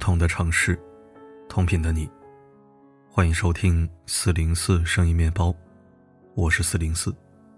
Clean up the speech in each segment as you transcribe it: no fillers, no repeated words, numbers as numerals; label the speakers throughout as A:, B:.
A: 同的城市，同频的你，欢迎收听404声音面包，我是404。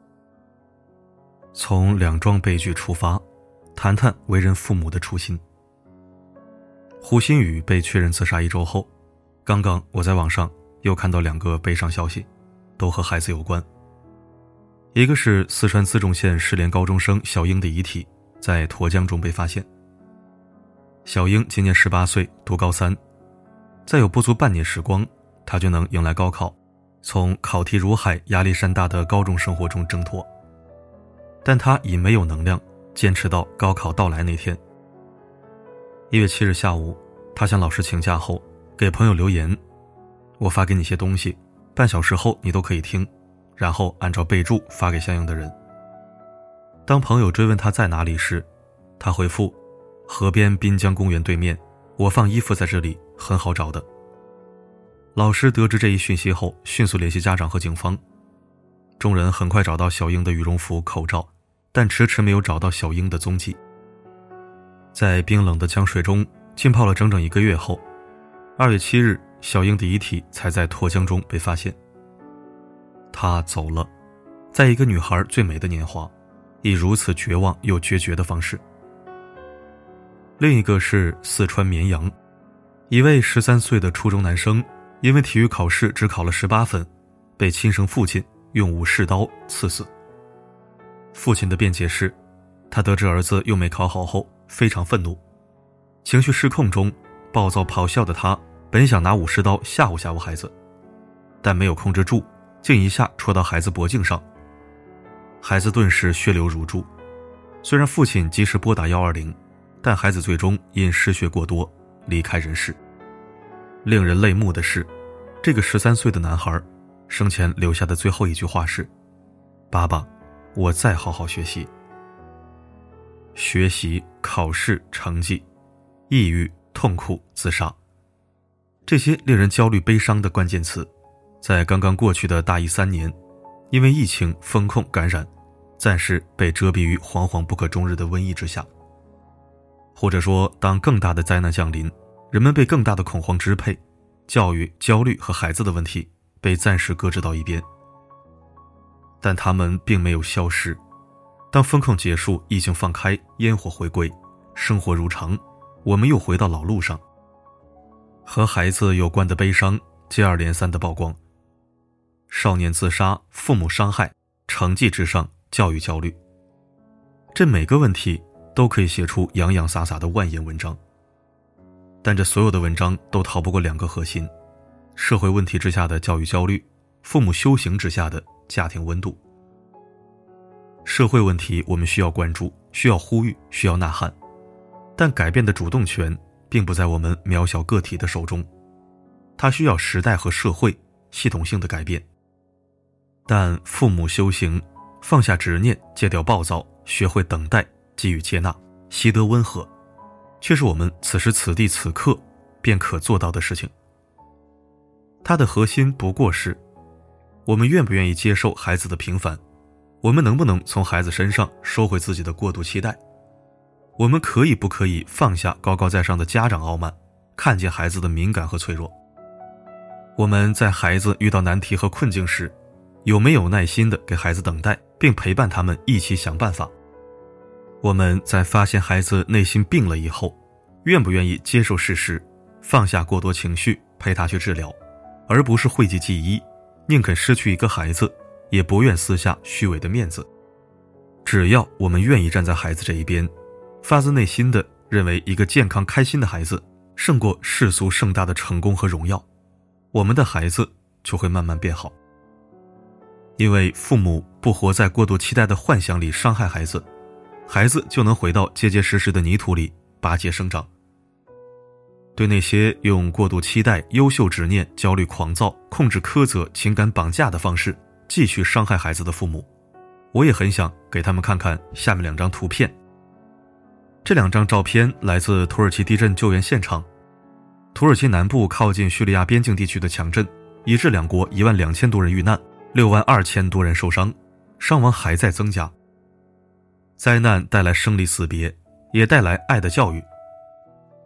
A: 从两桩悲剧出发，谈谈为人父母的初心。胡鑫宇被确认自杀1周后，刚刚我在网上又看到2个悲伤消息，都和孩子有关。一个是四川资中县失联高中生小英的遗体在沱江中被发现。小英今年18岁，读高3，再有不足半年时光，她就能迎来高考，从考题如海、压力山大的高中生活中挣脱。但她已没有能量坚持到高考到来那天。1月7日下午，她向老师请假后，给朋友留言：我发给你些东西，半小时后你都可以听，然后按照备注发给相应的人。当朋友追问她在哪里时，她回复：河边滨江公园对面，我放衣服在这里，很好找的。老师得知这一讯息后，迅速联系家长和警方。众人很快找到小英的羽绒服、口罩，但迟迟没有找到小英的踪迹。在冰冷的江水中浸泡了整整1个月后，2月7日，小英的遗体才在沱江中被发现。她走了，在一个女孩最美的年华，以如此绝望又决绝的方式。另一个是四川绵阳，一位13岁的初中男生，因为体育考试只考了18分，被亲生父亲用武士刀刺死。父亲的辩解是，他得知儿子又没考好后非常愤怒，情绪失控中暴躁咆哮的他本想拿武士刀吓唬吓唬孩子，但没有控制住，竟一下戳到孩子脖颈上，孩子顿时血流如注。虽然父亲及时拨打120，但孩子最终因失血过多离开人世。令人泪目的是，这个13岁的男孩生前留下的最后一句话是：爸爸，我再好好学习。学习、考试、成绩、抑郁、痛苦、自杀，这些令人焦虑悲伤的关键词，在刚刚过去的大一3年，因为疫情封控感染，暂时被遮蔽于惶惶不可终日的瘟疫之下。或者说，当更大的灾难降临，人们被更大的恐慌支配，教育、焦虑和孩子的问题被暂时搁置到一边。但他们并没有消失。当封控结束，疫情放开，烟火回归，生活如常，我们又回到老路上。和孩子有关的悲伤接二连三的曝光：少年自杀、父母伤害、成绩至上、教育焦虑。这每个问题都可以写出洋洋洒洒的万言文章，但这所有的文章都逃不过2个核心：社会问题之下的教育焦虑，父母修行之下的家庭温度。社会问题我们需要关注，需要呼吁，需要呐喊，但改变的主动权并不在我们渺小个体的手中，它需要时代和社会系统性的改变。但父母修行，放下执念，戒掉暴躁，学会等待，给予接纳，习得温和，却是我们此时此地此刻便可做到的事情。它的核心不过是，我们愿不愿意接受孩子的平凡，我们能不能从孩子身上收回自己的过度期待，我们可以不可以放下高高在上的家长傲慢，看见孩子的敏感和脆弱。我们在孩子遇到难题和困境时，有没有耐心地给孩子等待，并陪伴他们一起想办法。我们在发现孩子内心病了以后，愿不愿意接受事实，放下过多情绪，陪他去治疗，而不是讳疾忌医，宁肯失去一个孩子，也不愿撕下虚伪的面子。只要我们愿意站在孩子这一边，发自内心地认为一个健康开心的孩子胜过世俗盛大的成功和荣耀，我们的孩子就会慢慢变好。因为父母不活在过度期待的幻想里伤害孩子，孩子就能回到结结实实的泥土里拔节生长。对那些用过度期待、优秀执念、焦虑狂躁、控制苛责、情感绑架的方式继续伤害孩子的父母，我也很想给他们看看下面2张图片。这2张照片来自土耳其地震救援现场。土耳其南部靠近叙利亚边境地区的强震，以致2国12000多人遇难，62000多人受伤，伤亡还在增加。灾难带来生离死别，也带来爱的教育。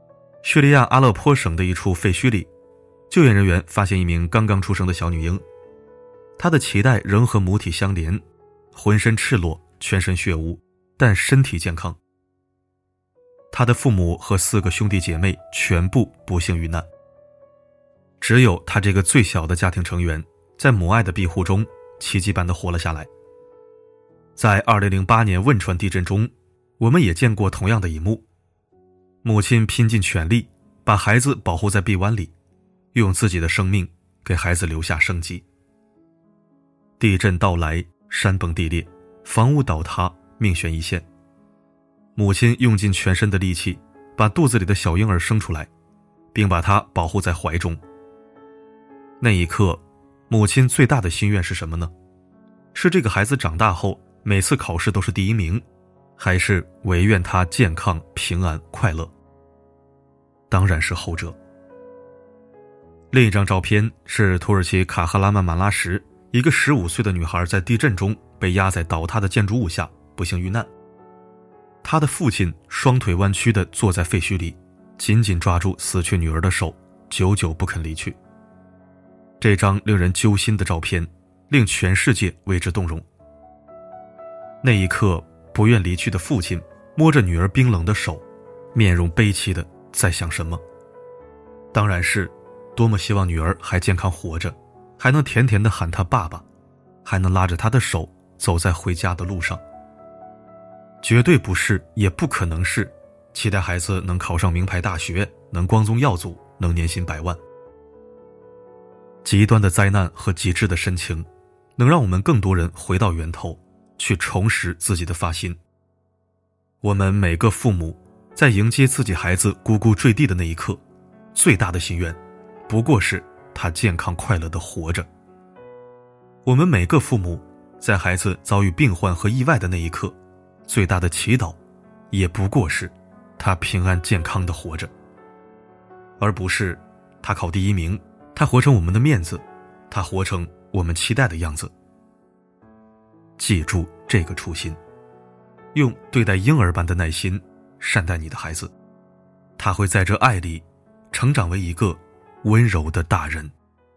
A: 叙利亚阿勒颇省的一处废墟里，救援人员发现一名刚刚出生的小女婴，她的脐带仍和母体相连，浑身赤裸，全身血污，但身体健康。她的父母和4个兄弟姐妹全部不幸遇难，只有她这个最小的家庭成员在母爱的庇护中奇迹般地活了下来。在2008年汶川地震中，我们也见过同样的一幕，母亲拼尽全力把孩子保护在臂弯里，用自己的生命给孩子留下生机。地震到来，山崩地裂，房屋倒塌，命悬一线。母亲用尽全身的力气把肚子里的小婴儿生出来，并把他保护在怀中。那一刻，母亲最大的心愿是什么呢？是这个孩子长大后每次考试都是第1名，还是唯愿他健康平安快乐？当然是后者。另一张照片是土耳其卡赫拉曼马拉什，一个15岁的女孩在地震中被压在倒塌的建筑物下，不幸遇难。她的父亲双腿弯曲地坐在废墟里，紧紧抓住死去女儿的手，久久不肯离去。这张令人揪心的照片令全世界为之动容。那一刻，不愿离去的父亲摸着女儿冰冷的手，面容悲戚地在想什么？当然是多么希望女儿还健康活着，还能甜甜地喊她爸爸，还能拉着她的手走在回家的路上。绝对不是，也不可能是期待孩子能考上名牌大学，能光宗耀祖，能年薪100万。极端的灾难和极致的深情，能让我们更多人回到源头，去重拾自己的发心。我们每个父母在迎接自己孩子咕咕坠地的那一刻，最大的心愿不过是他健康快乐地活着。我们每个父母在孩子遭遇病患和意外的那一刻，最大的祈祷也不过是他平安健康地活着，而不是他考第1名，他活成我们的面子，他活成我们期待的样子。记住这个初心，用对待婴儿般的耐心善待你的孩子，他会在这爱里成长为一个温柔的大人。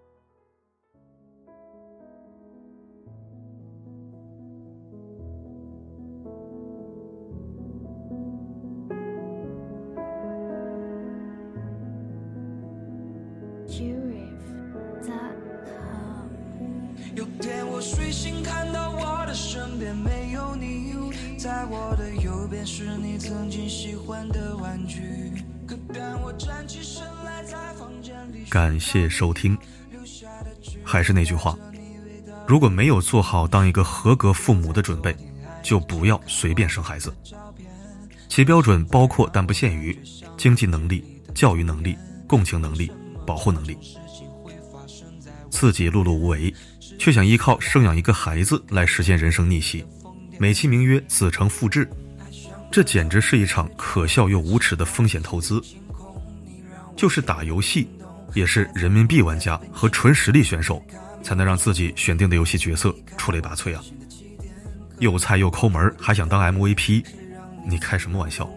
B: 有天我睡醒看到我的身边没有你，在我的右边是你曾经喜欢的玩具，可当我站起身来在房间里，
A: 感谢收听。还是那句话，如果没有做好当一个合格父母的准备，就不要随便生孩子。其标准包括但不限于经济能力、教育能力、共情能力、保护能力。自己碌碌无为，却想依靠生养一个孩子来实现人生逆袭，美其名曰子承父志，这简直是一场可笑又无耻的风险投资。就是打游戏，也是人民币玩家和纯实力选手才能让自己选定的游戏角色出类拔萃啊！又菜又抠门，还想当 MVP， 你开什么玩笑？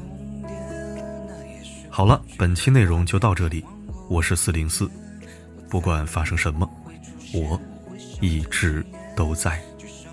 A: 好了，本期内容就到这里，我是404，不管发生什么，我一直都在。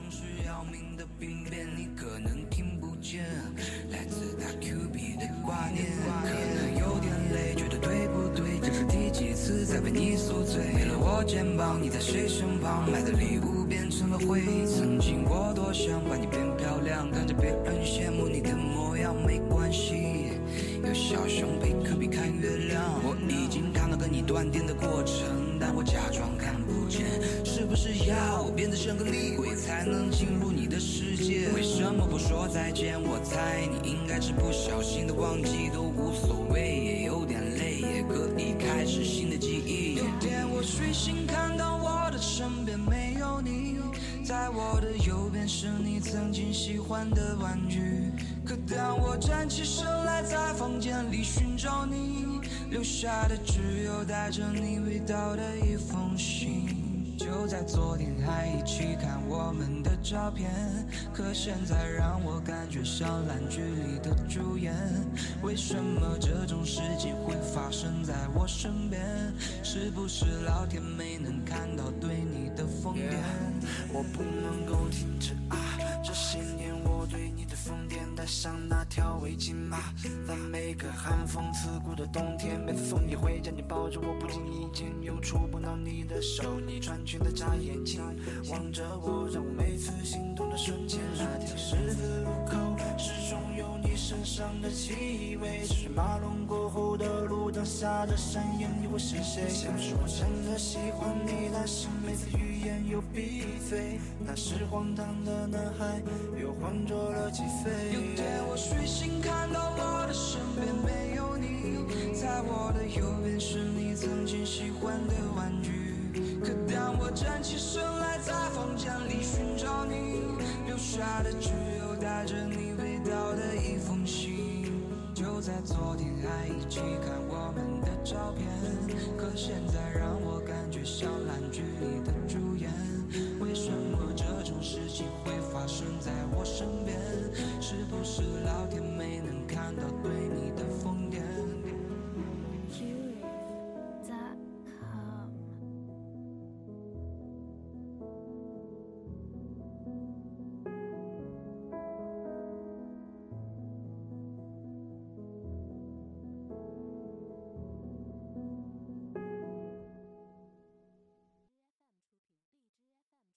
B: 肩膀，你在谁身旁？买的礼物变成了灰。曾经我多想把你变漂亮，看着别人羡慕你的模样。没关系，有小熊陪科比看月亮。我已经看到跟你断电的过程，但我假装看不见。是不是要我变得像个厉鬼才能进入你的世界？为什么不说再见？我猜你应该是不小心的忘记，都无所谓，也有点累，也可以开始新的记忆。有天我睡醒看到我的身边没有你，在我的右边是你曾经喜欢的玩具，可当我站起身来在房间里寻找你，留下的只有带着你味道的一封信。 就在昨天还一起看我们的照片，可现在让我感觉像烂剧里的主演。为什么这种事情会发生在我身边？是不是老天没能看到对你的疯癫？
C: 我不能够停止啊！这些年我对你的疯癫，带上那条围巾吧，在每个寒风刺骨的冬天，每次送你回家，你抱着我，不经意间又触碰到你的手，你穿裙的眨眼睛，望着我，让我每次心动的瞬间。那条十字路口，始终有你身上的气味，是马龙过后的路灯下的山岩，你会是谁？想说我真的喜欢你，但是每次语言又闭嘴，那是荒唐的男孩又浑浊了几岁。
B: 有天我睡醒看到我的身边没有你，在我的右边是你曾经喜欢的玩具，可当我站起身来在房间里寻找你，留下的只有带着你味道的一封信。就在昨天还一起看我们的照片，可现在让我感觉像烂剧里的主演。为什么这种事情会发生在我身边？是不是